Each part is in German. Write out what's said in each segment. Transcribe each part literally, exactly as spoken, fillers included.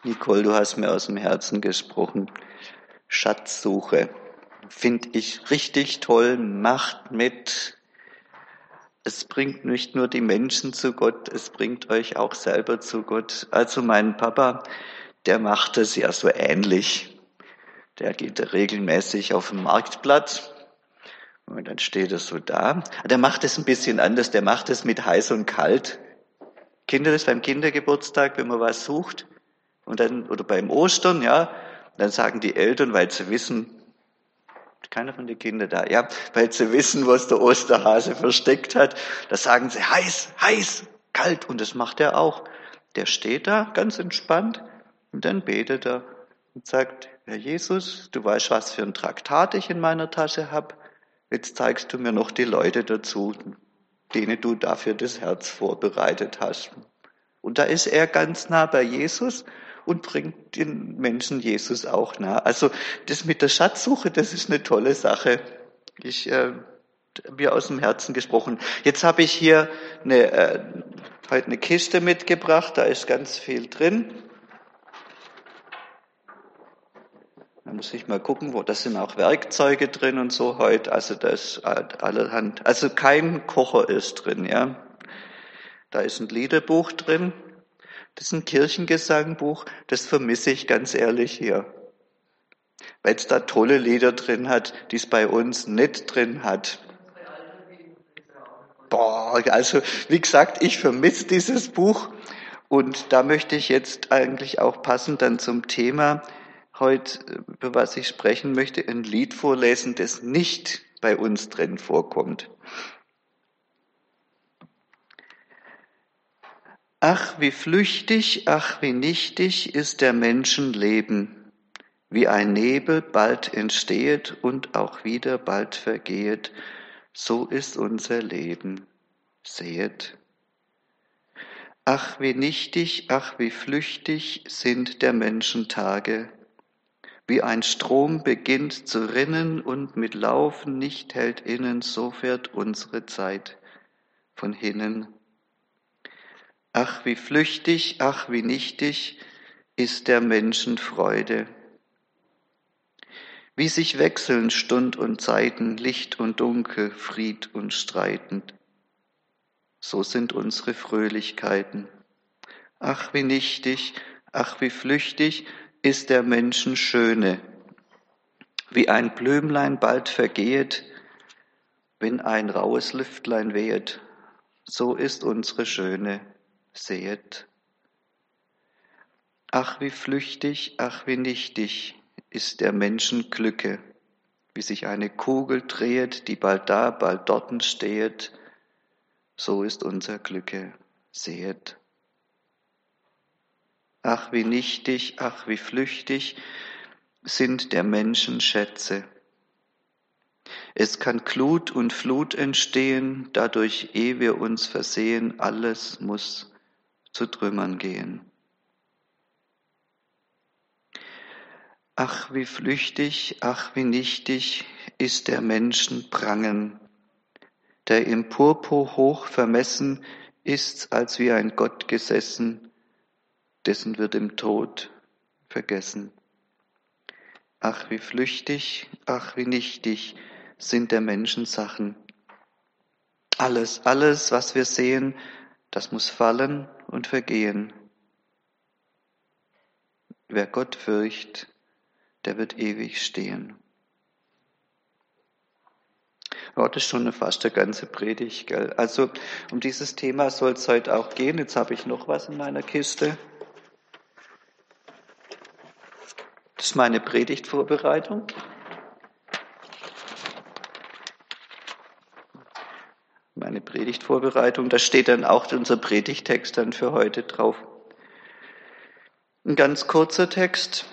Nicole, du hast mir aus dem Herzen gesprochen. Schatzsuche. Finde ich richtig toll. Macht mit. Es bringt nicht nur die Menschen zu Gott, es bringt euch auch selber zu Gott. Also mein Papa, der macht es ja so ähnlich. Der geht regelmäßig auf den Marktplatz und dann steht er so da. Der macht es ein bisschen anders, der macht es mit heiß und kalt. Kinder, das beim Kindergeburtstag, wenn man was sucht, und dann, oder beim Ostern, ja, dann sagen die Eltern, weil sie wissen, keiner von den Kindern da, ja, weil sie wissen, was der Osterhase versteckt hat, da sagen sie heiß, heiß, kalt, und das macht er auch. Der steht da ganz entspannt und dann betet er und sagt, Herr Jesus, du weißt, was für ein Traktat ich in meiner Tasche habe, jetzt zeigst du mir noch die Leute dazu, denen du dafür das Herz vorbereitet hast. Und da ist er ganz nah bei Jesus und bringt den Menschen Jesus auch nah. Also das mit der Schatzsuche, das ist eine tolle Sache. Ich äh, mir aus dem Herzen gesprochen. Jetzt habe ich hier eine, äh, heute eine Kiste mitgebracht, da ist ganz viel drin. Da muss ich mal gucken, wo, das sind auch Werkzeuge drin und so heute. Also da ist allerhand, also kein Kocher ist drin, ja. Da ist ein Liederbuch drin. Das ist ein Kirchengesangbuch, das vermisse ich ganz ehrlich hier. Weil es da tolle Lieder drin hat, die es bei uns nicht drin hat. Boah, also wie gesagt, ich vermisse dieses Buch und da möchte ich jetzt eigentlich auch passend dann zum Thema heute, über was ich sprechen möchte, ein Lied vorlesen, das nicht bei uns drin vorkommt. Ach, wie flüchtig, ach, wie nichtig ist der Menschenleben, wie ein Nebel bald entstehet und auch wieder bald vergehet, so ist unser Leben, sehet. Ach, wie nichtig, ach, wie flüchtig sind der Menschen Tage, wie ein Strom beginnt zu rinnen und mit Laufen nicht hält innen, so fährt unsere Zeit von hinnen. Ach, wie flüchtig, ach, wie nichtig ist der Menschen Freude. Wie sich wechseln Stund und Zeiten, Licht und Dunkel, Fried und Streitend. So sind unsere Fröhlichkeiten. Ach, wie nichtig, ach, wie flüchtig ist der Menschen Schöne. Wie ein Blümlein bald vergehet, wenn ein raues Lüftlein wehet, so ist unsere Schöne. Sehet. Ach, wie flüchtig, ach, wie nichtig ist der Menschen Glücke, wie sich eine Kugel drehet, die bald da, bald dorten stehet, so ist unser Glücke. Sehet. Ach, wie nichtig, ach, wie flüchtig sind der Menschen Schätze. Es kann Glut und Flut entstehen, dadurch, ehe wir uns versehen, alles muss zu Trümmern gehen. Ach, wie flüchtig, ach, wie nichtig ist der Menschen Prangen, der im Purpur hoch vermessen ist, als wie ein Gott gesessen, dessen wird im Tod vergessen. Ach, wie flüchtig, ach, wie nichtig sind der Menschen Sachen. Alles, alles, was wir sehen, das muss fallen und vergehen. Wer Gott fürcht, der wird ewig stehen. Ja, das ist schon fast eine ganze Predigt, gell? Also um dieses Thema soll es heute auch gehen. Jetzt habe ich noch was in meiner Kiste. Das ist meine Predigtvorbereitung. Meine Predigtvorbereitung, da steht dann auch unser Predigtext dann für heute drauf. Ein ganz kurzer Text.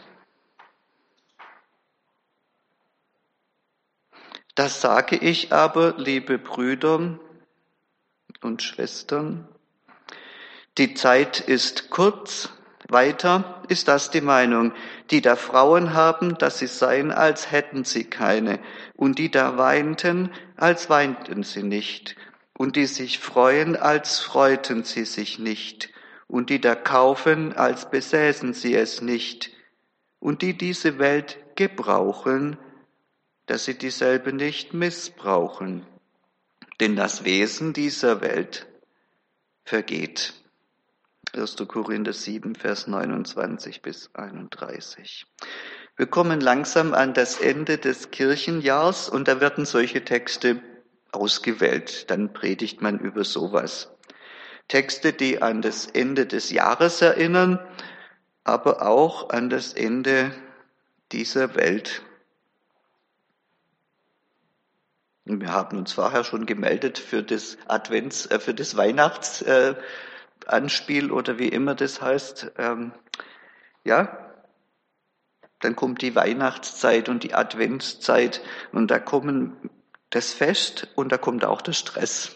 Das sage ich aber, liebe Brüder und Schwestern, die Zeit ist kurz. Weiter ist das die Meinung, die da Frauen haben, dass sie seien, als hätten sie keine, und die da weinten, als weinten sie nicht, und die sich freuen, als freuten sie sich nicht, und die da kaufen, als besäßen sie es nicht, und die diese Welt gebrauchen, dass sie dieselbe nicht missbrauchen. Denn das Wesen dieser Welt vergeht. erster Korinther sieben, Vers neunundzwanzig bis einunddreißig. Wir kommen langsam an das Ende des Kirchenjahrs und da werden solche Texte ausgewählt. Dann predigt man über sowas. Texte, die an das Ende des Jahres erinnern, aber auch an das Ende dieser Welt. Und wir haben uns vorher schon gemeldet für das Advents, äh, für das Weihnachtsanspiel äh, oder wie immer das heißt. Ähm, ja, dann kommt die Weihnachtszeit und die Adventszeit und da kommen das Fest und da kommt auch der Stress.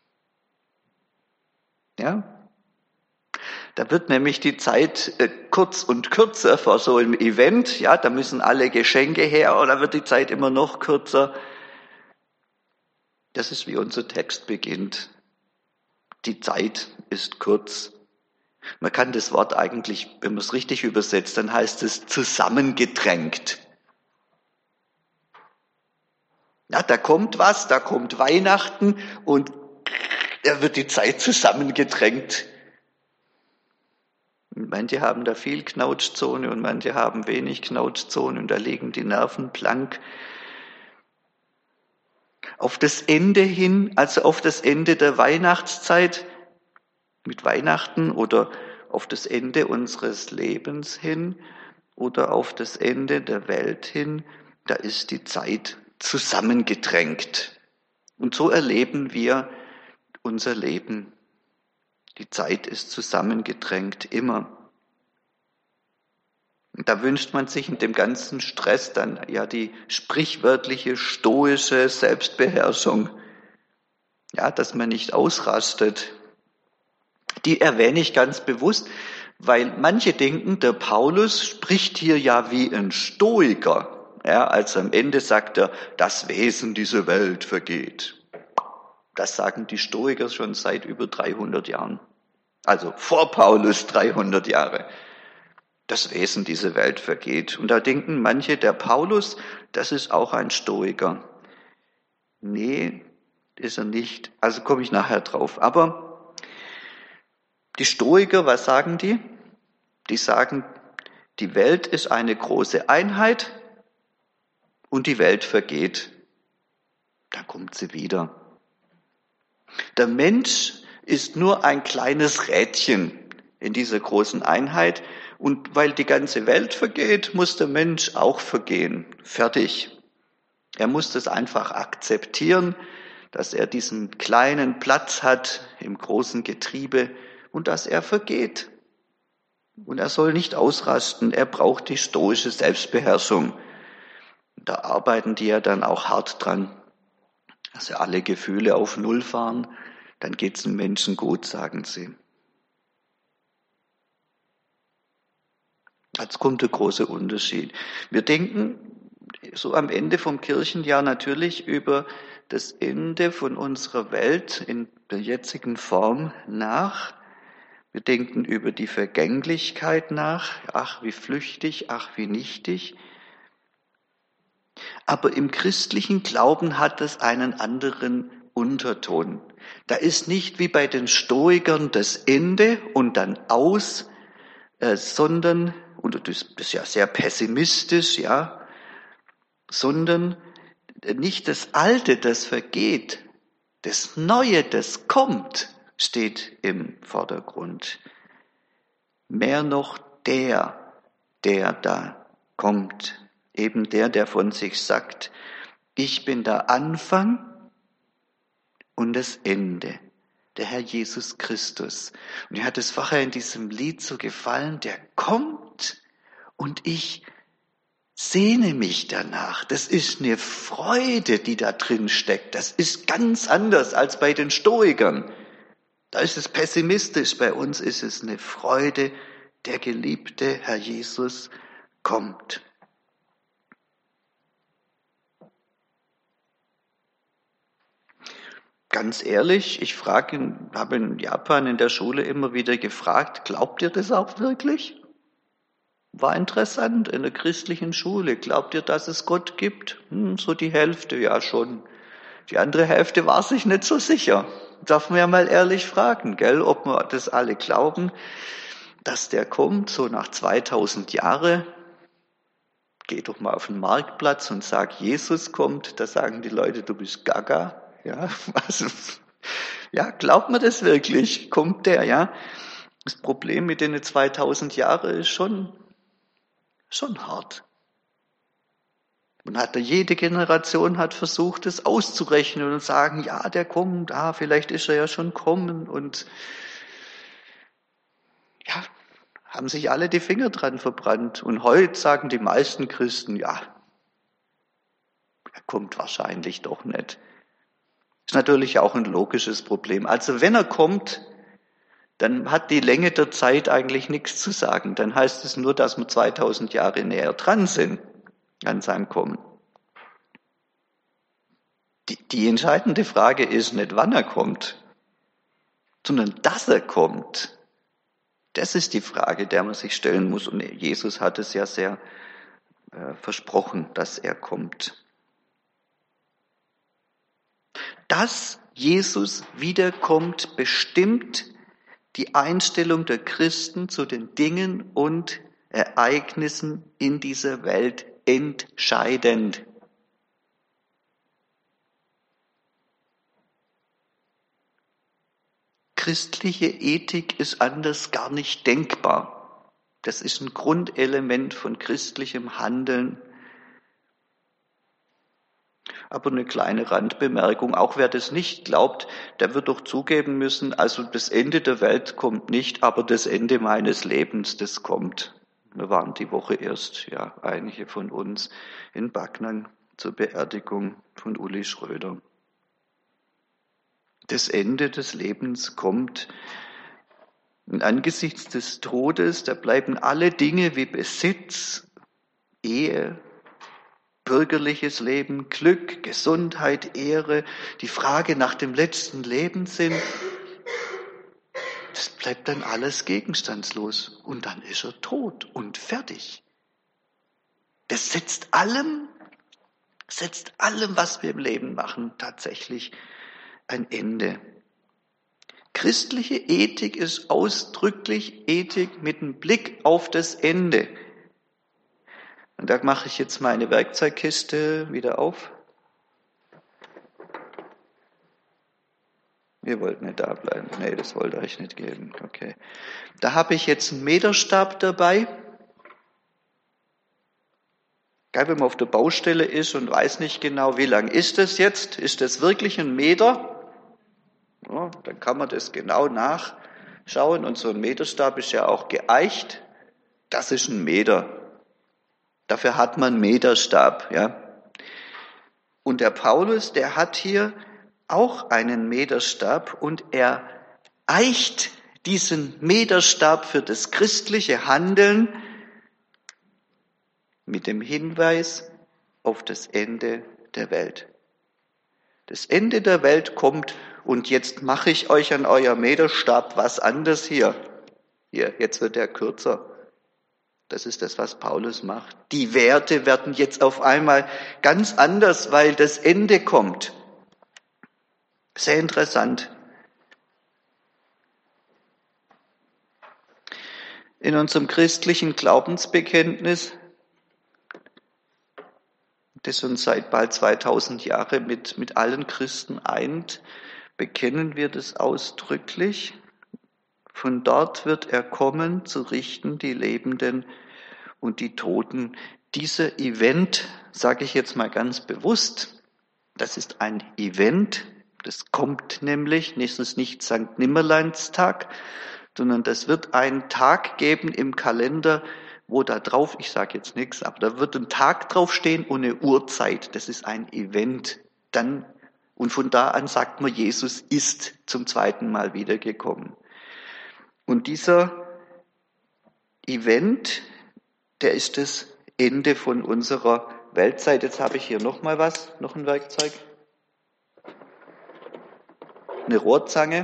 Ja, da wird nämlich die Zeit äh, kurz und kürzer vor so einem Event. Ja, da müssen alle Geschenke her und da wird die Zeit immer noch kürzer. Das ist wie unser Text beginnt. Die Zeit ist kurz. Man kann das Wort eigentlich, wenn man es richtig übersetzt, dann heißt es zusammengedrängt. Ja, da kommt was, da kommt Weihnachten und da wird die Zeit zusammengedrängt. Manche haben da viel Knautschzone und manche haben wenig Knautschzone und da liegen die Nerven blank. Auf das Ende hin, also auf das Ende der Weihnachtszeit mit Weihnachten oder auf das Ende unseres Lebens hin oder auf das Ende der Welt hin, da ist die Zeit zusammengedrängt. Und so erleben wir unser Leben. Die Zeit ist zusammengedrängt, immer. Und da wünscht man sich in dem ganzen Stress dann ja die sprichwörtliche stoische Selbstbeherrschung. Ja, dass man nicht ausrastet. Die erwähne ich ganz bewusst, weil manche denken, der Paulus spricht hier ja wie ein Stoiker. Ja, also am Ende sagt er, das Wesen dieser Welt vergeht. Das sagen die Stoiker schon seit über dreihundert Jahren. Also vor Paulus dreihundert Jahre. Das Wesen dieser Welt vergeht. Und da denken manche, der Paulus, das ist auch ein Stoiker. Nee, ist er nicht. Also komme ich nachher drauf. Aber die Stoiker, was sagen die? Die sagen, die Welt ist eine große Einheit und die Welt vergeht. Dann kommt sie wieder. Der Mensch ist nur ein kleines Rädchen in dieser großen Einheit. Und weil die ganze Welt vergeht, muss der Mensch auch vergehen. Fertig. Er muss das einfach akzeptieren, dass er diesen kleinen Platz hat im großen Getriebe und dass er vergeht. Und er soll nicht ausrasten, er braucht die stoische Selbstbeherrschung. Da arbeiten die ja dann auch hart dran, dass sie alle Gefühle auf Null fahren, dann geht's dem Menschen gut, sagen sie. Jetzt kommt der große Unterschied. Wir denken so am Ende vom Kirchenjahr natürlich über das Ende von unserer Welt in der jetzigen Form nach. Wir denken über die Vergänglichkeit nach. Ach, wie flüchtig, ach, wie nichtig. Aber im christlichen Glauben hat es einen anderen Unterton. Da ist nicht wie bei den Stoikern das Ende und dann aus, äh, sondern, und das ist ja sehr pessimistisch, ja, sondern nicht das Alte, das vergeht, das Neue, das kommt, steht im Vordergrund. Mehr noch der, der da kommt, eben der, der von sich sagt, ich bin der Anfang und das Ende, der Herr Jesus Christus. Und mir hat es vorher in diesem Lied so gefallen, der kommt und ich sehne mich danach. Das ist eine Freude, die da drin steckt. Das ist ganz anders als bei den Stoikern. Da ist es pessimistisch, bei uns ist es eine Freude, der geliebte Herr Jesus kommt. Ganz ehrlich, ich frage, habe in Japan in der Schule immer wieder gefragt, glaubt ihr das auch wirklich? War interessant in der christlichen Schule. Glaubt ihr, dass es Gott gibt? Hm, so die Hälfte, ja schon. Die andere Hälfte war sich nicht so sicher. Darf man ja mal ehrlich fragen, gell, ob wir das alle glauben, dass der kommt, so nach zweitausend Jahren. Geh doch mal auf den Marktplatz und sag, Jesus kommt. Da sagen die Leute, du bist gaga. Ja, also, ja, glaubt man das wirklich? Kommt der, ja? Das Problem mit den zweitausend Jahren ist schon, schon hart. Und hat jede Generation hat versucht, es auszurechnen und sagen, ja, der kommt, ah, vielleicht ist er ja schon kommen und ja, haben sich alle die Finger dran verbrannt. Und heute sagen die meisten Christen, ja, er kommt wahrscheinlich doch nicht. Ist natürlich auch ein logisches Problem. Also wenn er kommt, dann hat die Länge der Zeit eigentlich nichts zu sagen. Dann heißt es nur, dass wir zweitausend Jahre näher dran sind an seinem Kommen. Die, die entscheidende Frage ist nicht, wann er kommt, sondern dass er kommt. Das ist die Frage, der man sich stellen muss. Und Jesus hat es ja sehr äh, versprochen, dass er kommt. Dass Jesus wiederkommt, bestimmt die Einstellung der Christen zu den Dingen und Ereignissen in dieser Welt entscheidend. Christliche Ethik ist anders gar nicht denkbar. Das ist ein Grundelement von christlichem Handeln. Aber eine kleine Randbemerkung, auch wer das nicht glaubt, der wird doch zugeben müssen, also das Ende der Welt kommt nicht, aber das Ende meines Lebens, das kommt. Wir waren die Woche erst, ja, einige von uns in Backnang zur Beerdigung von Uli Schröder. Das Ende des Lebens kommt. Und angesichts des Todes, da bleiben alle Dinge wie Besitz, Ehe, bürgerliches Leben, Glück, Gesundheit, Ehre, die Frage nach dem letzten Lebenssinn, das bleibt dann alles gegenstandslos. Und dann ist er tot und fertig. Das setzt allem, setzt allem, was wir im Leben machen, tatsächlich ein Ende. Christliche Ethik ist ausdrücklich Ethik mit einem Blick auf das Ende. Und da mache ich jetzt meine Werkzeugkiste wieder auf. Ihr wollt nicht da bleiben. Nee, das wollte euch nicht geben. Okay. Da habe ich jetzt einen Meterstab dabei. Geil, wenn man auf der Baustelle ist und weiß nicht genau, wie lang ist das jetzt? Ist das wirklich ein Meter? Ja, dann kann man das genau nachschauen. Und so ein Meterstab ist ja auch geeicht. Das ist ein Meter. Dafür hat man einen Meterstab, ja. Und der Paulus, der hat hier auch einen Meterstab und er eicht diesen Meterstab für das christliche Handeln mit dem Hinweis auf das Ende der Welt. Das Ende der Welt kommt und jetzt mache ich euch an euer Meterstab was anderes hier. Hier, jetzt wird er kürzer. Das ist das, was Paulus macht. Die Werte werden jetzt auf einmal ganz anders, weil das Ende kommt. Sehr interessant. In unserem christlichen Glaubensbekenntnis, das uns seit bald zweitausend Jahren mit, mit allen Christen eint, bekennen wir das ausdrücklich. Von dort wird er kommen, zu richten die Lebenden und die Toten. Dieser Event, sage ich jetzt mal ganz bewusst, das ist ein Event, das kommt nämlich, das ist nicht Sankt Nimmerleinstag, sondern das wird einen Tag geben im Kalender, wo da drauf, ich sage jetzt nichts, aber da wird ein Tag draufstehen und eine Uhrzeit. Das ist ein Event. Dann, und von da an sagt man, Jesus ist zum zweiten Mal wiedergekommen. Und dieser Event, der ist das Ende von unserer Weltzeit. Jetzt habe ich hier noch mal was, noch ein Werkzeug. eine Rohrzange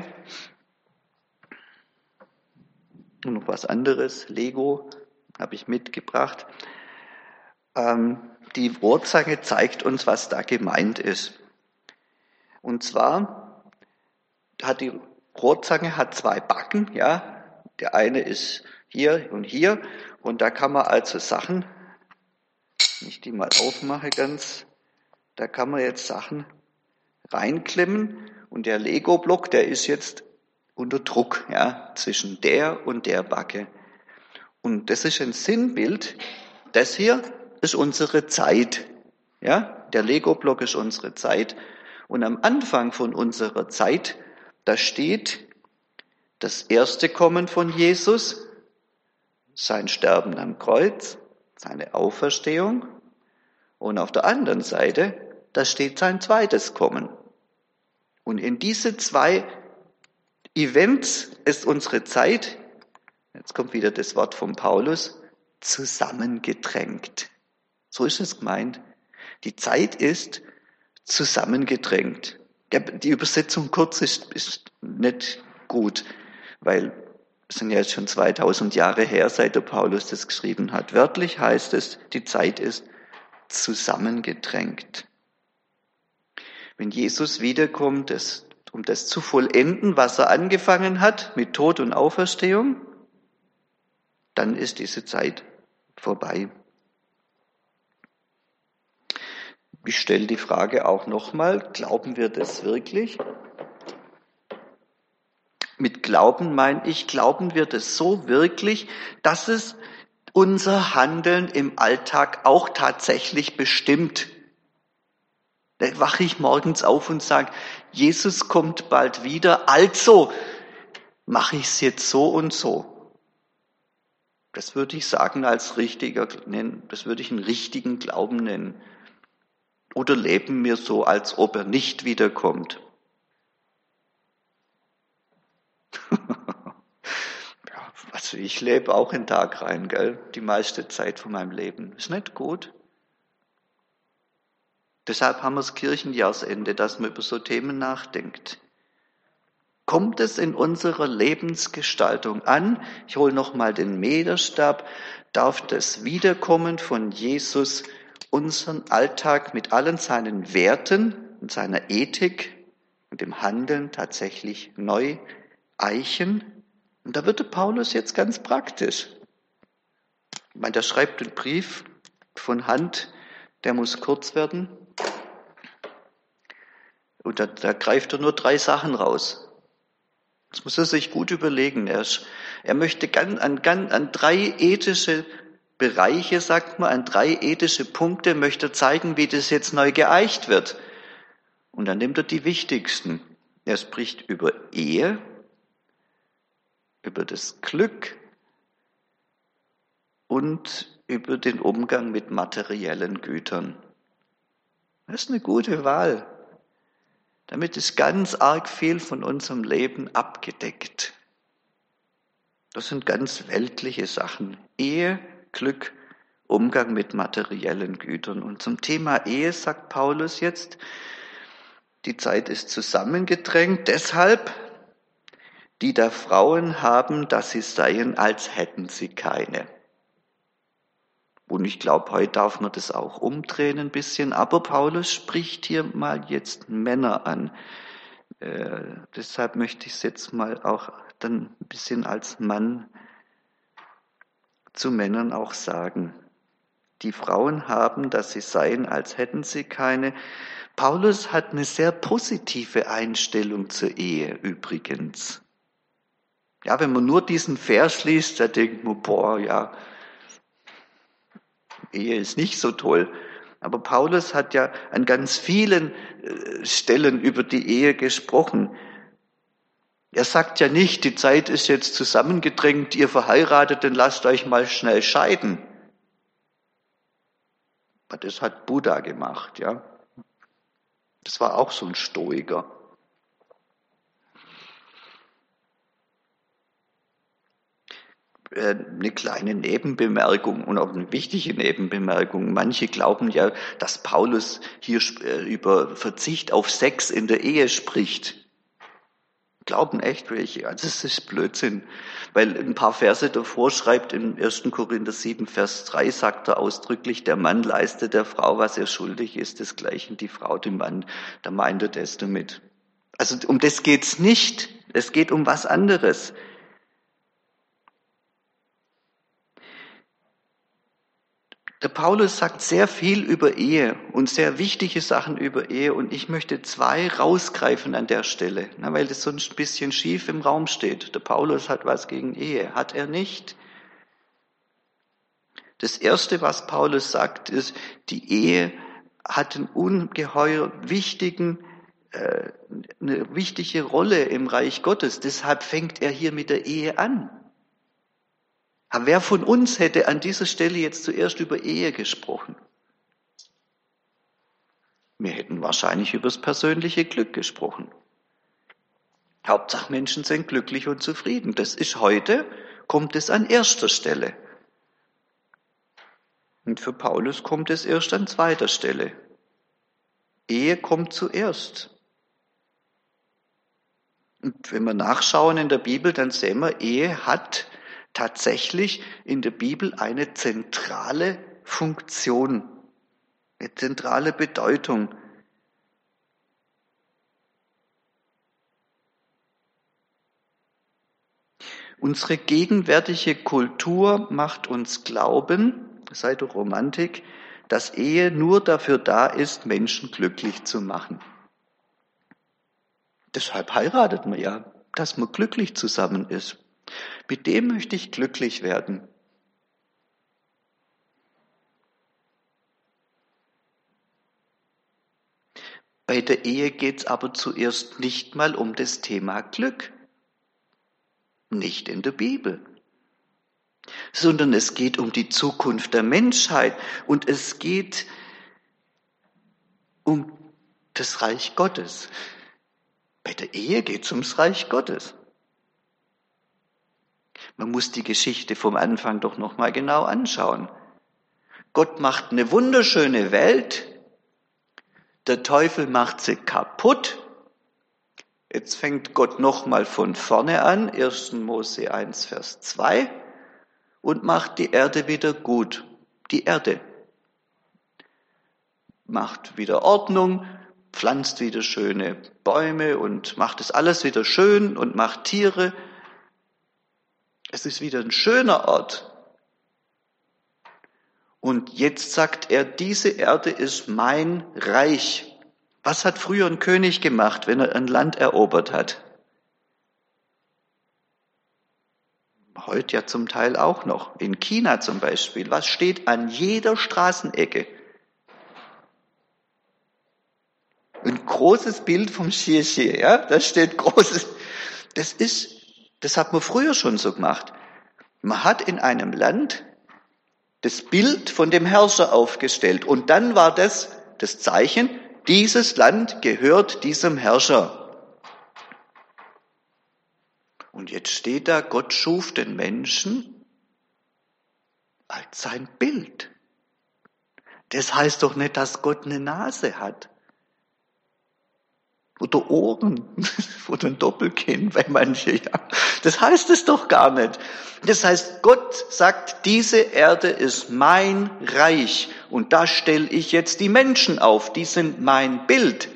und noch was anderes, Lego habe ich mitgebracht. Ähm, die Rohrzange zeigt uns, was da gemeint ist. Und zwar hat die Rohrzange hat zwei Backen, ja. Der eine ist hier und hier und da kann man also Sachen, wenn ich die mal aufmache ganz, da kann man jetzt Sachen reinklemmen und der Lego-Block, der ist jetzt unter Druck, ja, zwischen der und der Backe. Und das ist ein Sinnbild. Das hier ist unsere Zeit, ja. Der Lego-Block ist unsere Zeit. Und am Anfang von unserer Zeit, da steht das erste Kommen von Jesus, sein Sterben am Kreuz, seine Auferstehung. Und auf der anderen Seite, da steht sein zweites Kommen. Und in diese zwei Events ist unsere Zeit, jetzt kommt wieder das Wort von Paulus, zusammengedrängt. So ist es gemeint. Die Zeit ist zusammengedrängt. Die Übersetzung kurz ist, ist nicht gut, weil es sind ja jetzt schon zweitausend Jahre her, seit der Paulus das geschrieben hat. Wörtlich heißt es, die Zeit ist zusammengedrängt. Wenn Jesus wiederkommt, das, um das zu vollenden, was er angefangen hat mit Tod und Auferstehung, dann ist diese Zeit vorbei. Ich stelle die Frage auch nochmal, glauben wir das wirklich? Mit Glauben meine ich, glauben wir das so wirklich, dass es unser Handeln im Alltag auch tatsächlich bestimmt? Da wache ich morgens auf und sage, Jesus kommt bald wieder, also mache ich es jetzt so und so. Das würde ich sagen als richtiger nennen, das würde ich einen richtigen Glauben nennen. Oder leben wir so, als ob er nicht wiederkommt? Ja, also ich lebe auch einen Tag rein, gell? Die meiste Zeit von meinem Leben. Ist nicht gut. Deshalb haben wir das Kirchenjahrsende, dass man über so Themen nachdenkt. Kommt es in unserer Lebensgestaltung an? Ich hole nochmal den Meterstab. Darf das Wiederkommen von Jesus unseren Alltag mit allen seinen Werten und seiner Ethik und dem Handeln tatsächlich neu eichen? Und da wird der Paulus jetzt ganz praktisch. Ich meine, der schreibt den Brief von Hand, der muss kurz werden. Und da, da greift er nur drei Sachen raus. Das muss er sich gut überlegen. Er, ist, er möchte ganz, an, ganz, an drei ethische Bereiche, sagt man, an drei ethische Punkte möchte er zeigen, wie das jetzt neu geeicht wird. Und dann nimmt er die wichtigsten. Er spricht über Ehe, über das Glück und über den Umgang mit materiellen Gütern. Das ist eine gute Wahl. Damit ist ganz arg viel von unserem Leben abgedeckt. Das sind ganz weltliche Sachen. Ehe, Glück, Umgang mit materiellen Gütern. Und zum Thema Ehe sagt Paulus jetzt, die Zeit ist zusammengedrängt, deshalb, die da Frauen haben, dass sie seien, als hätten sie keine. Und ich glaube, heute darf man das auch umdrehen ein bisschen, aber Paulus spricht hier mal jetzt Männer an. Äh, deshalb möchte ich es jetzt mal auch dann ein bisschen als Mann zu Männern auch sagen. Die Frauen haben, dass sie seien, als hätten sie keine. Paulus hat eine sehr positive Einstellung zur Ehe übrigens. Ja, wenn man nur diesen Vers liest, da denkt man, boah, ja, Ehe ist nicht so toll. Aber Paulus hat ja an ganz vielen Stellen über die Ehe gesprochen. Er sagt ja nicht, die Zeit ist jetzt zusammengedrängt, ihr Verheirateten, lasst euch mal schnell scheiden. Das hat Buddha gemacht, ja. Das war auch so ein Stoiker. Eine kleine Nebenbemerkung und auch eine wichtige Nebenbemerkung. Manche glauben ja, dass Paulus hier über Verzicht auf Sex in der Ehe spricht. Glauben echt welche. Also es ist Blödsinn. Weil ein paar Verse davor schreibt in ersten Korinther sieben, Vers drei, sagt er ausdrücklich, der Mann leistet der Frau, was er schuldig ist, desgleichen die Frau dem Mann. Da meint er das damit. Also um das geht's nicht. Es geht um was anderes. Der Paulus sagt sehr viel über Ehe und sehr wichtige Sachen über Ehe und ich möchte zwei rausgreifen an der Stelle, weil das sonst ein bisschen schief im Raum steht. Der Paulus hat was gegen Ehe, hat er nicht. Das Erste, was Paulus sagt, ist, die Ehe hat einen ungeheuer wichtigen, äh, eine wichtige Rolle im Reich Gottes. Deshalb fängt er hier mit der Ehe an. Aber wer von uns hätte an dieser Stelle jetzt zuerst über Ehe gesprochen? Wir hätten wahrscheinlich über das persönliche Glück gesprochen. Hauptsache Menschen sind glücklich und zufrieden. Das ist heute, kommt es an erster Stelle. Und für Paulus kommt es erst an zweiter Stelle. Ehe kommt zuerst. Und wenn wir nachschauen in der Bibel, dann sehen wir, Ehe hat tatsächlich in der Bibel eine zentrale Funktion, eine zentrale Bedeutung. Unsere gegenwärtige Kultur macht uns glauben, seit der Romantik, dass Ehe nur dafür da ist, Menschen glücklich zu machen. Deshalb heiratet man ja, dass man glücklich zusammen ist. Mit dem möchte ich glücklich werden. Bei der Ehe geht es aber zuerst nicht mal um das Thema Glück. Nicht in der Bibel. Sondern es geht um die Zukunft der Menschheit und es geht um das Reich Gottes. Bei der Ehe geht es ums Reich Gottes. Man muss die Geschichte vom Anfang doch noch mal genau anschauen. Gott macht eine wunderschöne Welt, der Teufel macht sie kaputt. Jetzt fängt Gott noch mal von vorne an, erster Mose eins, Vers zwei, und macht die Erde wieder gut. Die Erde macht wieder Ordnung, pflanzt wieder schöne Bäume und macht es alles wieder schön und macht Tiere. Es ist wieder ein schöner Ort. Und jetzt sagt er, diese Erde ist mein Reich. Was hat früher ein König gemacht, wenn er ein Land erobert hat? Heute ja zum Teil auch noch. In China zum Beispiel. Was steht an jeder Straßenecke? Ein großes Bild vom Xie Xie, ja? Da steht großes. Das ist, das hat man früher schon so gemacht. Man hat in einem Land das Bild von dem Herrscher aufgestellt und dann war das das Zeichen, dieses Land gehört diesem Herrscher. Und jetzt steht da, Gott schuf den Menschen als sein Bild. Das heißt doch nicht, dass Gott eine Nase hat. Oder Ohren oder ein Doppelkinn bei manchen. Ja. Das heißt es doch gar nicht. Das heißt, Gott sagt, diese Erde ist mein Reich und da stelle ich jetzt die Menschen auf, die sind mein Bild.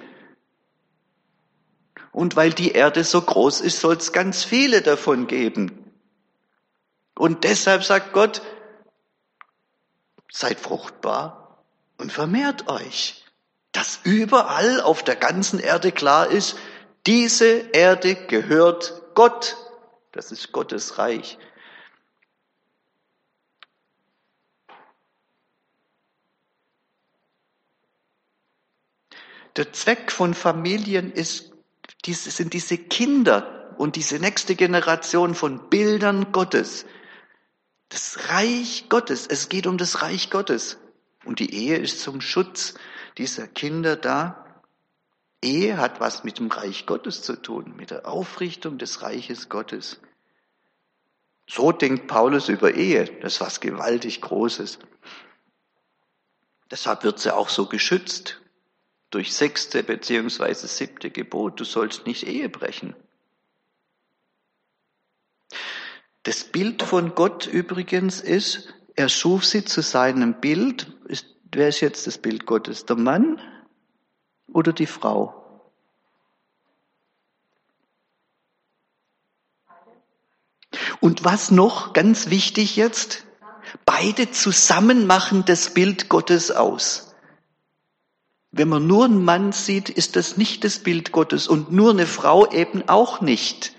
Und weil die Erde so groß ist, soll es ganz viele davon geben. Und deshalb sagt Gott, seid fruchtbar und vermehrt euch. Dass überall auf der ganzen Erde klar ist, diese Erde gehört Gott. Das ist Gottes Reich. Der Zweck von Familien ist, diese, sind diese Kinder und diese nächste Generation von Bildern Gottes. Das Reich Gottes. Es geht um das Reich Gottes. Und die Ehe ist zum Schutz dieser Kinder da. Ehe hat was mit dem Reich Gottes zu tun, mit der Aufrichtung des Reiches Gottes. So denkt Paulus über Ehe. Das ist was gewaltig Großes. Deshalb wird sie auch so geschützt durch sechste beziehungsweise siebte Gebot. Du sollst nicht Ehe brechen. Das Bild von Gott übrigens ist, er schuf sie zu seinem Bild. Ist, wer ist jetzt das Bild Gottes? Der Mann oder die Frau? Und was noch ganz wichtig jetzt? Beide zusammen machen das Bild Gottes aus. Wenn man nur einen Mann sieht, ist das nicht das Bild Gottes und nur eine Frau eben auch nicht.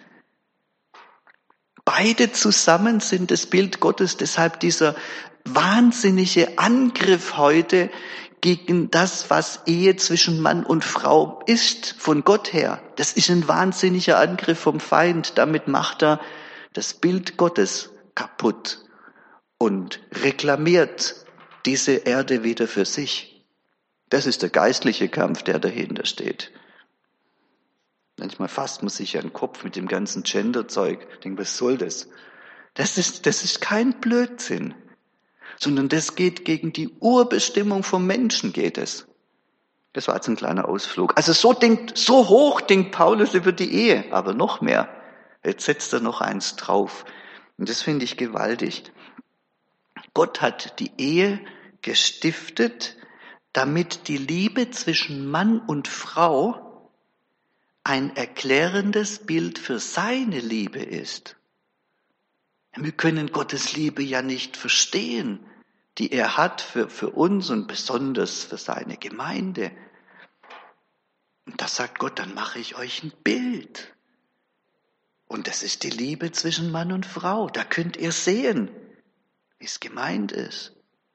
Beide zusammen sind das Bild Gottes, deshalb dieser wahnsinnige Angriff heute gegen das, was Ehe zwischen Mann und Frau ist, von Gott her. Das ist ein wahnsinniger Angriff vom Feind. Damit macht er das Bild Gottes kaputt und reklamiert diese Erde wieder für sich. Das ist der geistliche Kampf, der dahinter steht. Manchmal fasst man sich an den Kopf mit dem ganzen Gender-Zeug. Denkt, was soll das? Das ist, das ist kein Blödsinn, sondern das geht gegen die Urbestimmung vom Menschen, geht es. Das war jetzt ein kleiner Ausflug. Also so denkt, so hoch denkt Paulus über die Ehe, aber noch mehr. Jetzt setzt er noch eins drauf. Und das finde ich gewaltig. Gott hat die Ehe gestiftet, damit die Liebe zwischen Mann und Frau ein erklärendes Bild für seine Liebe ist. Wir können Gottes Liebe ja nicht verstehen, die er hat für, für uns und besonders für seine Gemeinde. Und da sagt Gott, dann mache ich euch ein Bild. Und das ist die Liebe zwischen Mann und Frau. Da könnt ihr sehen, wie es gemeint ist.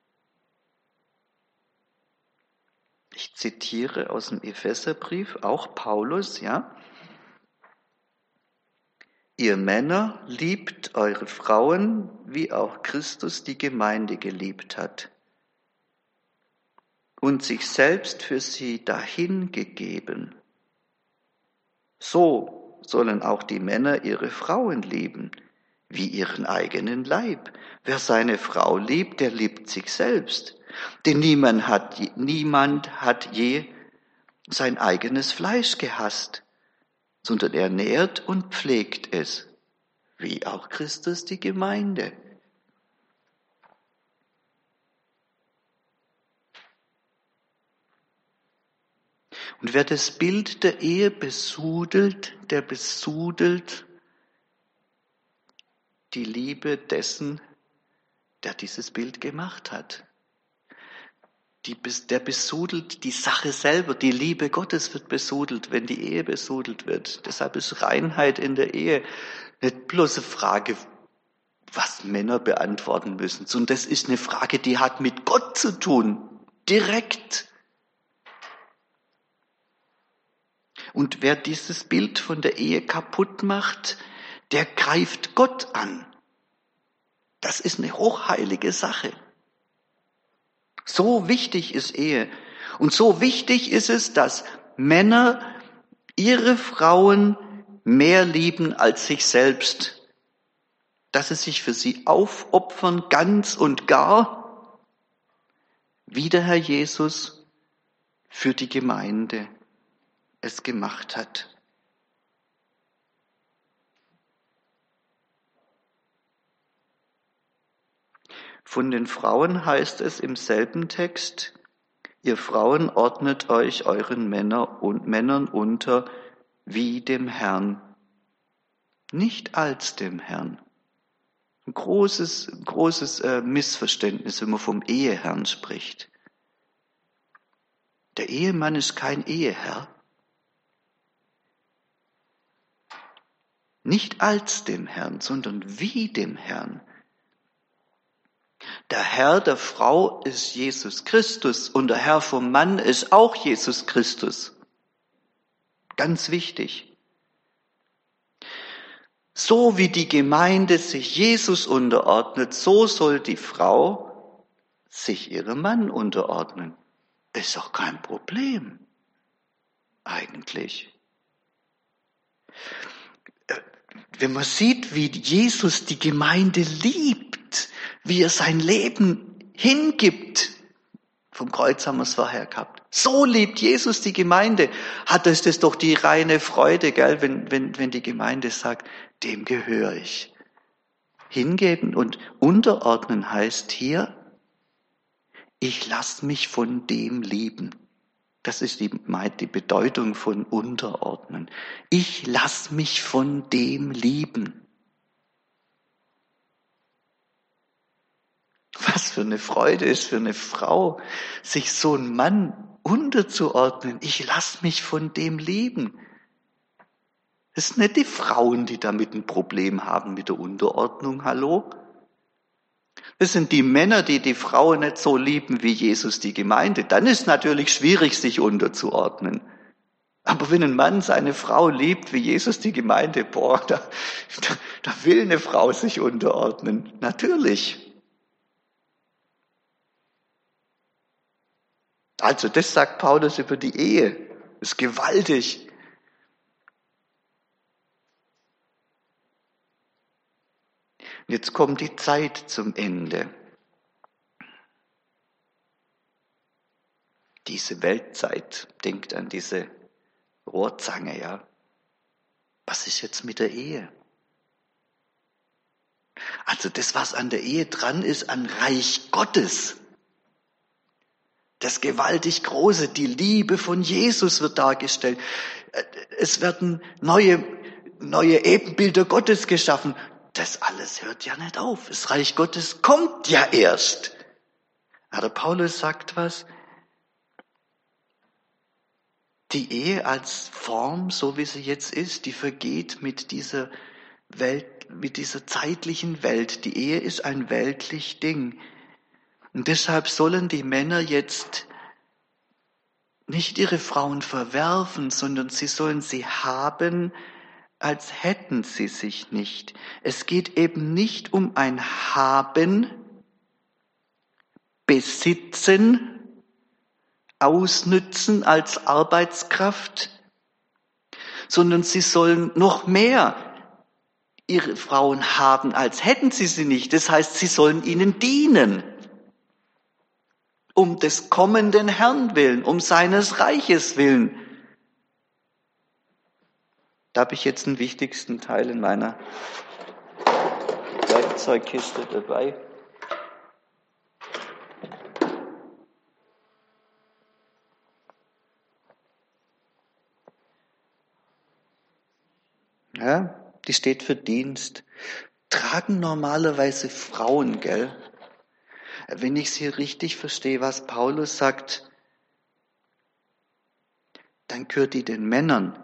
Ich zitiere aus dem Epheserbrief, auch Paulus, ja. Ihr Männer liebt eure Frauen, wie auch Christus die Gemeinde geliebt hat und sich selbst für sie dahingegeben. So sollen auch die Männer ihre Frauen lieben, wie ihren eigenen Leib. Wer seine Frau liebt, der liebt sich selbst. Denn niemand hat, niemand hat je sein eigenes Fleisch gehasst, sondern er nährt und pflegt es, wie auch Christus die Gemeinde. Und wer das Bild der Ehe besudelt, der besudelt die Liebe dessen, der dieses Bild gemacht hat. Die, der besudelt die Sache selber, die Liebe Gottes wird besudelt, wenn die Ehe besudelt wird. Deshalb ist Reinheit in der Ehe nicht bloß eine Frage, was Männer beantworten müssen, sondern das ist eine Frage, die hat mit Gott zu tun, direkt. Und wer dieses Bild von der Ehe kaputt macht, der greift Gott an. Das ist eine hochheilige Sache. So wichtig ist Ehe. Und so wichtig ist es, dass Männer ihre Frauen mehr lieben als sich selbst. Dass sie sich für sie aufopfern, ganz und gar, wie der Herr Jesus für die Gemeinde es gemacht hat. Von den Frauen heißt es im selben Text, ihr Frauen ordnet euch euren Männer und Männern unter wie dem Herrn, nicht als dem Herrn. Ein großes, großes äh, Missverständnis, wenn man vom Eheherrn spricht. Der Ehemann ist kein Eheherr. Nicht als dem Herrn, sondern wie dem Herrn. Der Herr der Frau ist Jesus Christus und der Herr vom Mann ist auch Jesus Christus. Ganz wichtig. So wie die Gemeinde sich Jesus unterordnet, so soll die Frau sich ihrem Mann unterordnen. Ist doch kein Problem, eigentlich. Wenn man sieht, wie Jesus die Gemeinde liebt, wie er sein Leben hingibt, vom Kreuz haben wir es vorher gehabt. So liebt Jesus die Gemeinde. Hat es das doch die reine Freude, gell, wenn, wenn, wenn die Gemeinde sagt, dem gehöre ich. hingeben und unterordnen heißt hier, ich lasse mich von dem lieben. Das ist die, die Bedeutung von unterordnen. Ich lasse mich von dem lieben. Was für eine Freude ist für eine Frau, sich so einen Mann unterzuordnen. Ich lasse mich von dem lieben. Das sind nicht die Frauen, die damit ein Problem haben mit der Unterordnung, hallo? Das sind die Männer, die die Frauen nicht so lieben wie Jesus die Gemeinde. Dann ist es natürlich schwierig, sich unterzuordnen. Aber wenn ein Mann seine Frau liebt wie Jesus die Gemeinde, boah, da, da, da will eine Frau sich unterordnen. Natürlich. Also das sagt Paulus über die Ehe. Das ist gewaltig. Jetzt kommt die Zeit zum Ende. Diese Weltzeit, denkt an diese Rohrzange, ja. Was ist jetzt mit der Ehe? Also das, was an der Ehe dran ist, an Reich Gottes. Das gewaltig Große, die Liebe von Jesus wird dargestellt. Es werden neue, neue Ebenbilder Gottes geschaffen. Das alles hört ja nicht auf. Das Reich Gottes kommt ja erst. Aber Paulus sagt was. Die Ehe als Form, so wie sie jetzt ist, die vergeht mit dieser Welt, mit dieser zeitlichen Welt. Die Ehe ist ein weltlich Ding. Und deshalb sollen die Männer jetzt nicht ihre Frauen verwerfen, sondern sie sollen sie haben, als hätten sie sich nicht. Es geht eben nicht um ein Haben, Besitzen, Ausnützen als Arbeitskraft, sondern sie sollen noch mehr ihre Frauen haben, als hätten sie sie nicht. Das heißt, sie sollen ihnen dienen. Um des kommenden Herrn willen, um seines Reiches willen. Da habe ich jetzt den wichtigsten Teil in meiner Werkzeugkiste dabei. Ja, die steht für Dienst. Tragen normalerweise Frauen, gell? Wenn ich es hier richtig verstehe, was Paulus sagt, dann gehört die den Männern.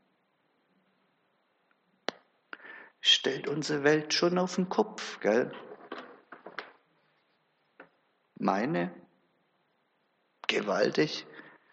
Stellt unsere Welt schon auf den Kopf, gell? Meine? Gewaltig.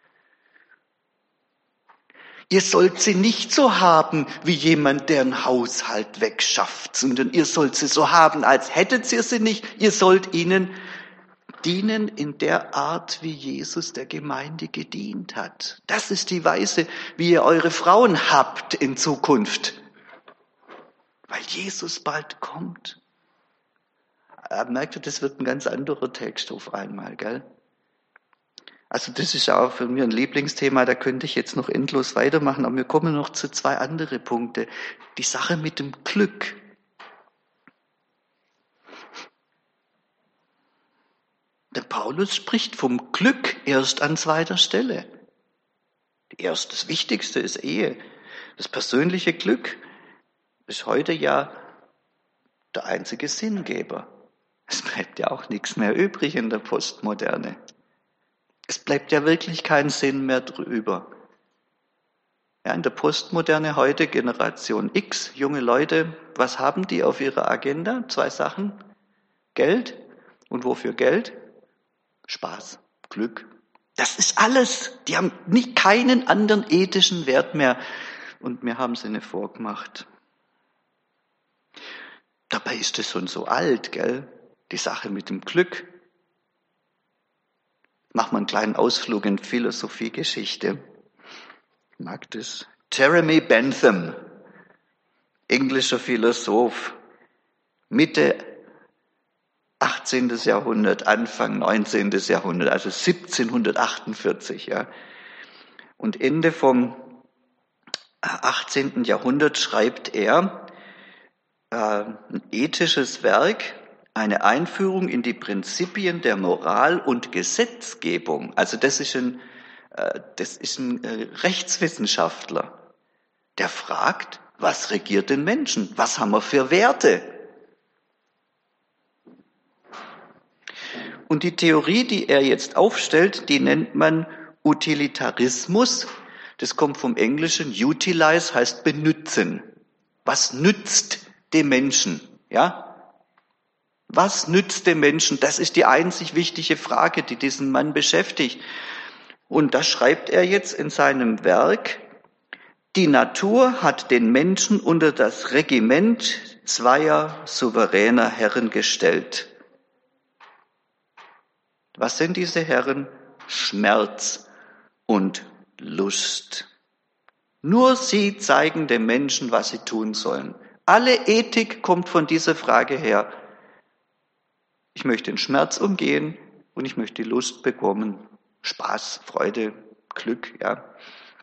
Ihr sollt sie nicht so haben wie jemand, der einen Haushalt wegschafft, sondern ihr sollt sie so haben, als hättet ihr sie nicht. Ihr sollt ihnen dienen in der Art, wie Jesus der Gemeinde gedient hat. Das ist die Weise, wie ihr eure Frauen habt in Zukunft. Weil Jesus bald kommt. Merkt ihr, das wird ein ganz anderer Text auf einmal, gell? Also das ist auch für mich ein Lieblingsthema, da könnte ich jetzt noch endlos weitermachen, aber wir kommen noch zu zwei andere Punkte. Die Sache mit dem Glück. Der Paulus spricht vom Glück erst an zweiter Stelle. Erst das Wichtigste ist Ehe. Das persönliche Glück ist heute ja der einzige Sinngeber. Es bleibt ja auch nichts mehr übrig in der Postmoderne. Es bleibt ja wirklich kein Sinn mehr drüber. Ja, in der Postmoderne heute Generation X, junge Leute, was haben die auf ihrer Agenda? Zwei Sachen. Geld. Und wofür Geld? Spaß, Glück. Das ist alles. Die haben nicht keinen anderen ethischen Wert mehr. Und wir haben sie nicht vorgemacht. Dabei ist es schon so alt, gell? Die Sache mit dem Glück. Machen wir einen kleinen Ausflug in Philosophiegeschichte. Ich mag das. Jeremy Bentham, englischer Philosoph, Mitte achtzehnten. Jahrhundert, Anfang neunzehnten. Jahrhundert, also siebzehnhundertachtundvierzig, ja. Und Ende vom achtzehnten. Jahrhundert schreibt er, äh, ein ethisches Werk, eine Einführung in die Prinzipien der Moral und Gesetzgebung. Also das ist ein, äh, das ist ein äh, Rechtswissenschaftler, der fragt, was regiert den Menschen? Was haben wir für Werte? Und die Theorie, die er jetzt aufstellt, die nennt man Utilitarismus. Das kommt vom Englischen. Utilize heißt benützen. Was nützt dem Menschen? Ja? Was nützt dem Menschen? Das ist die einzig wichtige Frage, die diesen Mann beschäftigt. Und das schreibt er jetzt in seinem Werk. Die Natur hat den Menschen unter das Regiment zweier souveräner Herren gestellt. Was sind diese Herren? Schmerz und Lust. Nur sie zeigen dem Menschen, was sie tun sollen. Alle Ethik kommt von dieser Frage her. Ich möchte den Schmerz umgehen und ich möchte die Lust bekommen. Spaß, Freude, Glück, ja.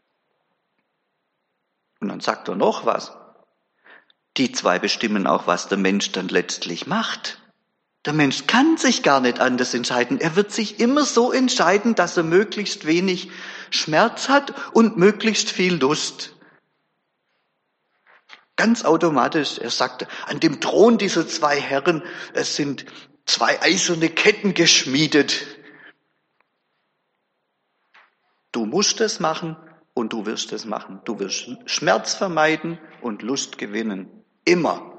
Und dann sagt er noch was. Die zwei bestimmen auch, was der Mensch dann letztlich macht. Der Mensch kann sich gar nicht anders entscheiden. Er wird sich immer so entscheiden, dass er möglichst wenig Schmerz hat und möglichst viel Lust. Ganz automatisch. Er sagt, an dem Thron dieser zwei Herren, es sind zwei eiserne Ketten geschmiedet. Du musst es machen und du wirst es machen. Du wirst Schmerz vermeiden und Lust gewinnen. Immer.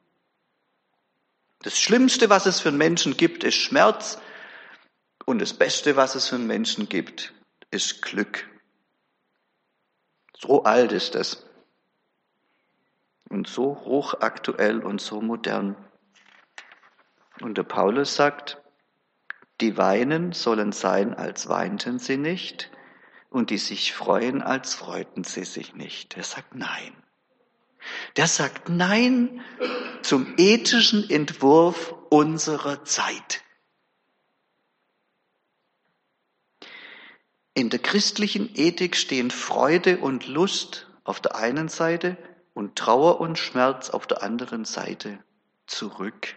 Das Schlimmste, was es für einen Menschen gibt, ist Schmerz. Und das Beste, was es für einen Menschen gibt, ist Glück. So alt ist es. Und so hochaktuell und so modern. Und der Paulus sagt, die weinen sollen sein, als weinten sie nicht. Und die sich freuen, als freuten sie sich nicht. Er sagt nein. Der sagt nein zum ethischen Entwurf unserer Zeit. In der christlichen Ethik stehen Freude und Lust auf der einen Seite und Trauer und Schmerz auf der anderen Seite zurück.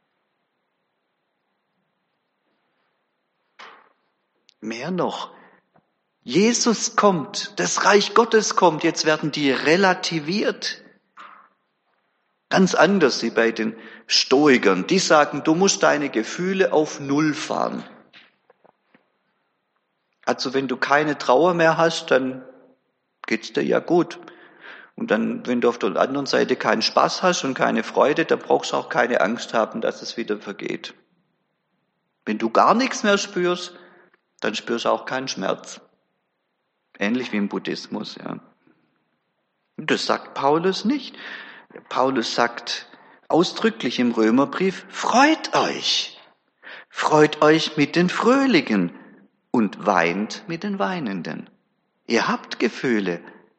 Mehr noch, Jesus kommt, das Reich Gottes kommt, jetzt werden die relativiert. Ganz anders wie bei den Stoikern. Die sagen, du musst deine Gefühle auf Null fahren. Also wenn du keine Trauer mehr hast, dann geht's dir ja gut. Und dann, wenn du auf der anderen Seite keinen Spaß hast und keine Freude, dann brauchst du auch keine Angst haben, dass es wieder vergeht. Wenn du gar nichts mehr spürst, dann spürst du auch keinen Schmerz. Ähnlich wie im Buddhismus, ja. Und das sagt Paulus nicht. Paulus sagt ausdrücklich im Römerbrief, freut euch. Freut euch mit den Fröhlichen und weint mit den Weinenden. Ihr habt Gefühle,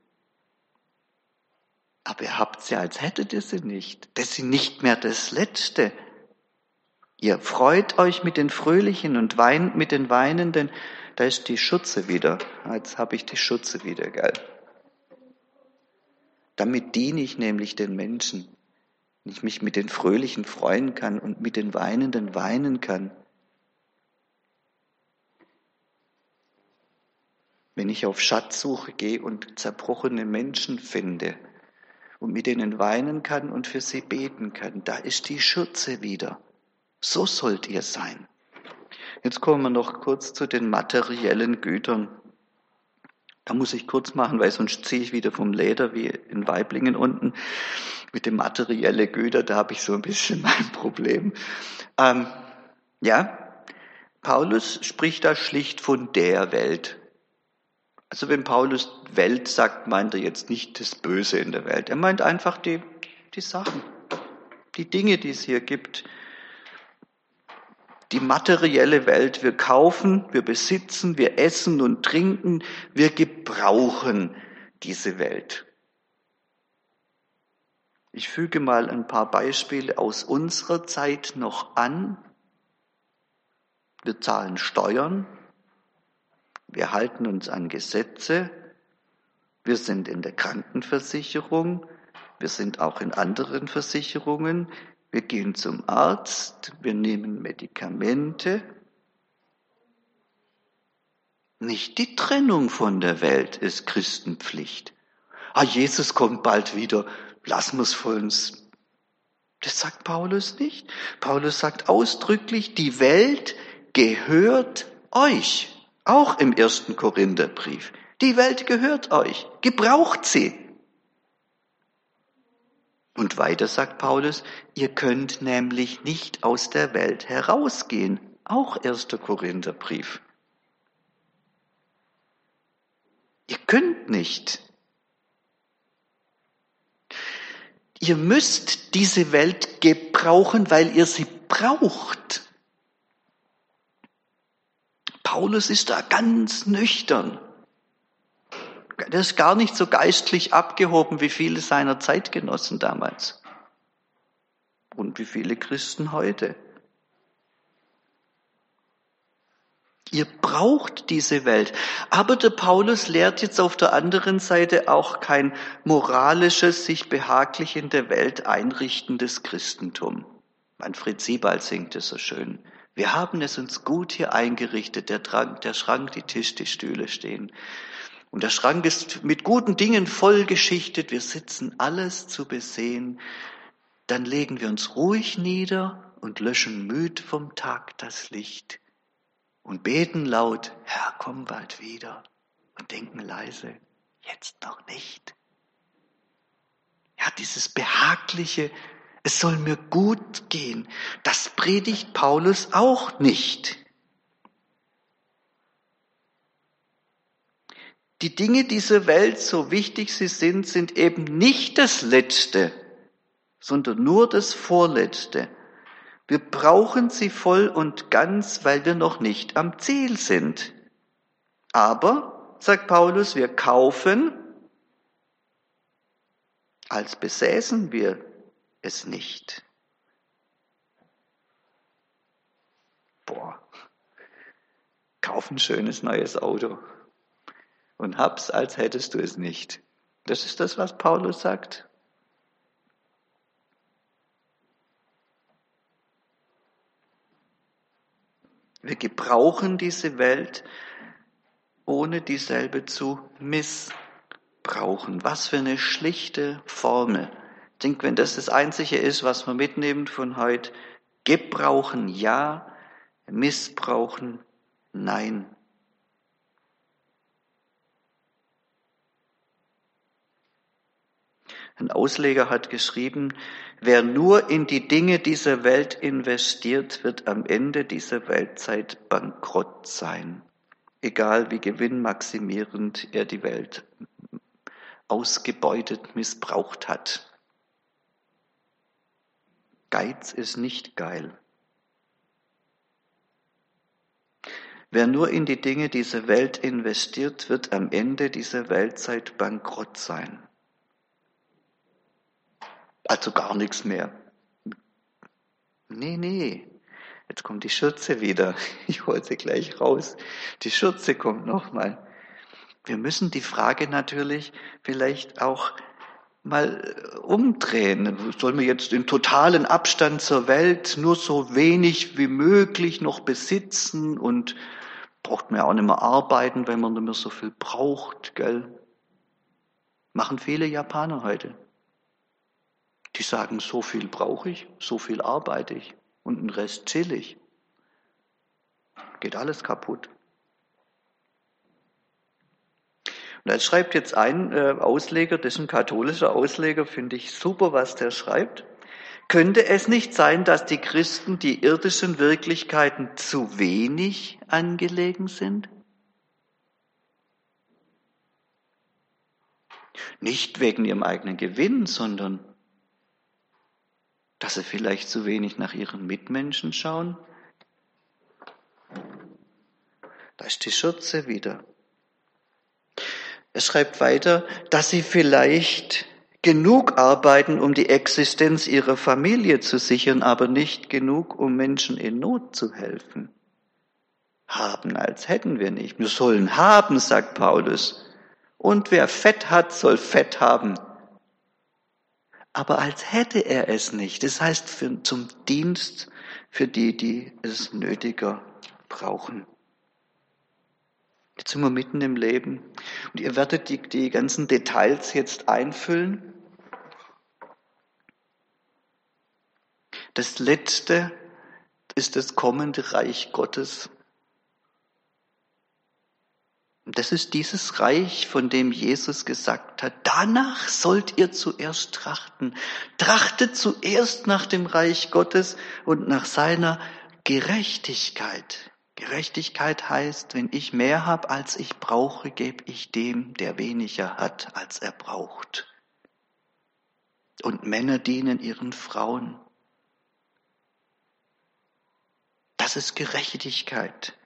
aber ihr habt sie, als hättet ihr sie nicht. Das sind nicht mehr das Letzte. Ihr freut euch mit den Fröhlichen und weint mit den Weinenden. Da ist die Schürze wieder. Jetzt habe ich die Schürze wieder, gell? Damit diene ich nämlich den Menschen. Wenn ich mich mit den Fröhlichen freuen kann und mit den Weinenden weinen kann. Wenn ich auf Schatzsuche gehe und zerbrochene Menschen finde und mit denen weinen kann und für sie beten kann, da ist die Schürze wieder. So sollt ihr sein. Jetzt kommen wir noch kurz zu den materiellen Gütern. Da muss ich kurz machen, weil sonst ziehe ich wieder vom Leder wie in Waiblingen unten. Mit dem materiellen Güter, da habe ich so ein bisschen mein Problem. Ähm, ja, Paulus spricht da schlicht von der Welt. Also wenn Paulus Welt sagt, meint er jetzt nicht das Böse in der Welt. Er meint einfach die, die Sachen, die Dinge, die es hier gibt. Die materielle Welt, wir kaufen, wir besitzen, wir essen und trinken, wir gebrauchen diese Welt. Ich füge mal ein paar Beispiele aus unserer Zeit noch an. Wir zahlen Steuern, wir halten uns an Gesetze, wir sind in der Krankenversicherung, Wir sind auch in anderen Versicherungen. Wir gehen zum Arzt, wir nehmen Medikamente. Nicht die Trennung von der Welt ist Christenpflicht. Ah, Jesus kommt bald wieder, lassen wir es für uns. Das sagt Paulus nicht. Paulus sagt ausdrücklich, die Welt gehört euch. Auch im ersten Korintherbrief. Die Welt gehört euch. Gebraucht sie. Und weiter sagt Paulus, ihr könnt nämlich nicht aus der Welt herausgehen. Auch erster Korintherbrief. Ihr könnt nicht. Ihr müsst diese Welt gebrauchen, weil ihr sie braucht. Paulus ist da ganz nüchtern. Der ist gar nicht so geistlich abgehoben wie viele seiner Zeitgenossen damals. Und wie viele Christen heute. Ihr braucht diese Welt. Aber der Paulus lehrt jetzt auf der anderen Seite auch kein moralisches, sich behaglich in der Welt einrichtendes Christentum. Manfred Siebald singt es so schön. Wir haben es uns gut hier eingerichtet, der, Drang, der Schrank, die Tisch, die Stühle stehen. Und der Schrank ist mit guten Dingen vollgeschichtet, wir sitzen alles zu besehen. Dann legen wir uns ruhig nieder und löschen müd vom Tag das Licht. Und beten laut, Herr, komm bald wieder. Und denken leise, jetzt noch nicht. Ja, dieses behagliche, es soll mir gut gehen, das predigt Paulus auch nicht. Die Dinge dieser Welt, so wichtig sie sind, sind eben nicht das Letzte, sondern nur das Vorletzte. Wir brauchen sie voll und ganz, weil wir noch nicht am Ziel sind. Aber, sagt Paulus, wir kaufen, als besäßen wir es nicht. Boah, kauf ein schönes neues Auto und hab's, als hättest du es nicht. Das ist das, was Paulus sagt. Wir gebrauchen diese Welt, ohne dieselbe zu missbrauchen. Was für eine schlichte Formel. Ich denke, wenn das das Einzige ist, was wir mitnehmen von heute, gebrauchen ja, missbrauchen nein. Ein Ausleger hat geschrieben, wer nur in die Dinge dieser Welt investiert, wird am Ende dieser Weltzeit bankrott sein. Egal wie gewinnmaximierend er die Welt ausgebeutet, missbraucht hat. Geiz ist nicht geil. Wer nur in die Dinge dieser Welt investiert, wird am Ende dieser Weltzeit bankrott sein. Also gar nichts mehr. Nee, nee. Jetzt kommt die Schürze wieder. Ich hole sie gleich raus. Die Schürze kommt nochmal. Wir müssen die Frage natürlich vielleicht auch mal umdrehen. Sollen wir jetzt in totalen Abstand zur Welt nur so wenig wie möglich noch besitzen und braucht man ja auch nicht mehr arbeiten, wenn man nicht mehr so viel braucht, gell? Machen viele Japaner heute. Die sagen, so viel brauche ich, so viel arbeite ich und den Rest chill ich. Geht alles kaputt. Und er schreibt jetzt ein äh, Ausleger, das ist ein katholischer Ausleger, finde ich super, was der schreibt. Könnte es nicht sein, dass die Christen die irdischen Wirklichkeiten zu wenig angelegen sind? Nicht wegen ihrem eigenen Gewinn, sondern dass sie vielleicht zu wenig nach ihren Mitmenschen schauen. Da ist die Schürze wieder. Er schreibt weiter, dass sie vielleicht genug arbeiten, um die Existenz ihrer Familie zu sichern, aber nicht genug, um Menschen in Not zu helfen. Haben, als hätten wir nicht. Wir sollen haben, sagt Paulus. Und wer Fett hat, soll Fett haben. aber als hätte er es nicht. Das heißt, für, zum Dienst für die, die es nötiger brauchen. Jetzt sind wir mitten im Leben und ihr werdet die, die ganzen Details jetzt einfüllen. Das Letzte ist das kommende Reich Gottes. Und das ist dieses Reich, von dem Jesus gesagt hat, danach sollt ihr zuerst trachten. Trachtet zuerst nach dem Reich Gottes und nach seiner Gerechtigkeit. Gerechtigkeit heißt, wenn ich mehr habe, als ich brauche, gebe ich dem, der weniger hat, als er braucht. Und Männer dienen ihren Frauen. Das ist Gerechtigkeit.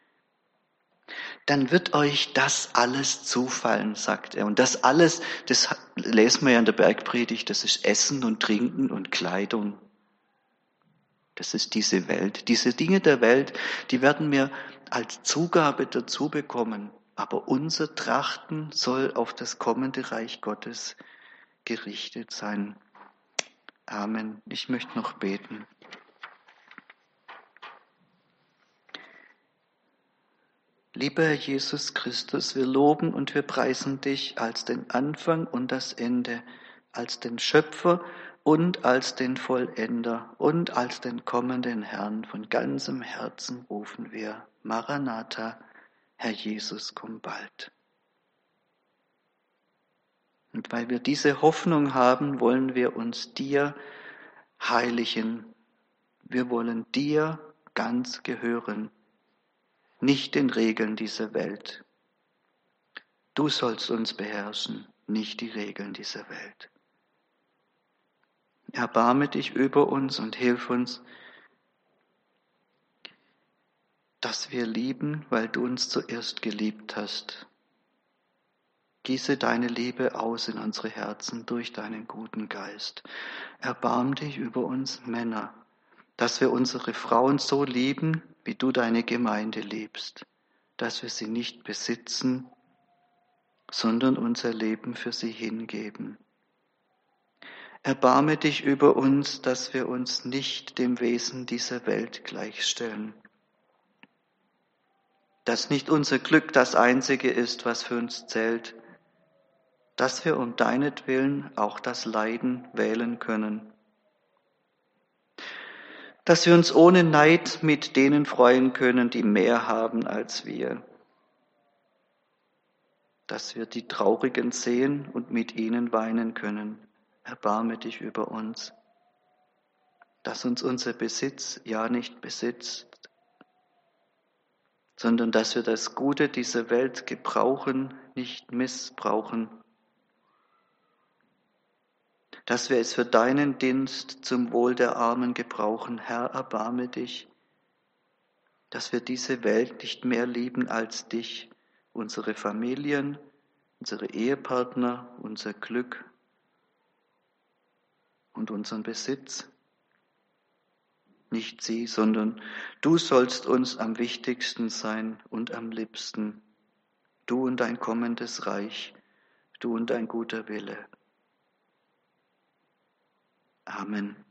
Dann wird euch das alles zufallen, sagt er. Und das alles, das lesen wir ja in der Bergpredigt, das ist Essen und Trinken und Kleidung. Das ist diese Welt. Diese Dinge der Welt, die werden wir als Zugabe dazu bekommen. Aber unser Trachten soll auf das kommende Reich Gottes gerichtet sein. Amen. Ich möchte noch beten. Lieber Herr Jesus Christus, wir loben und wir preisen dich als den Anfang und das Ende, als den Schöpfer und als den Vollender und als den kommenden Herrn. Von ganzem Herzen rufen wir, Maranatha, Herr Jesus, komm bald. Und weil wir diese Hoffnung haben, wollen wir uns dir heiligen. Wir wollen dir ganz gehören. Nicht den Regeln dieser Welt. Du sollst uns beherrschen, nicht die Regeln dieser Welt. Erbarme dich über uns und hilf uns, dass wir lieben, weil du uns zuerst geliebt hast. Gieße deine Liebe aus in unsere Herzen durch deinen guten Geist. Erbarm dich über uns Männer, dass wir unsere Frauen so lieben, wie du deine Gemeinde liebst, dass wir sie nicht besitzen, sondern unser Leben für sie hingeben. Erbarme dich über uns, dass wir uns nicht dem Wesen dieser Welt gleichstellen, dass nicht unser Glück das Einzige ist, was für uns zählt, dass wir um deinetwillen auch das Leiden wählen können, dass wir uns ohne Neid mit denen freuen können, die mehr haben als wir, dass wir die Traurigen sehen und mit ihnen weinen können. Erbarme dich über uns, dass uns unser Besitz ja nicht besitzt, sondern dass wir das Gute dieser Welt gebrauchen, nicht missbrauchen, dass wir es für deinen Dienst zum Wohl der Armen gebrauchen. Herr, erbarme dich, dass wir diese Welt nicht mehr lieben als dich, unsere Familien, unsere Ehepartner, unser Glück und unseren Besitz. Nicht sie, sondern du sollst uns am wichtigsten sein und am liebsten. Du und dein kommendes Reich, du und dein guter Wille. Amen.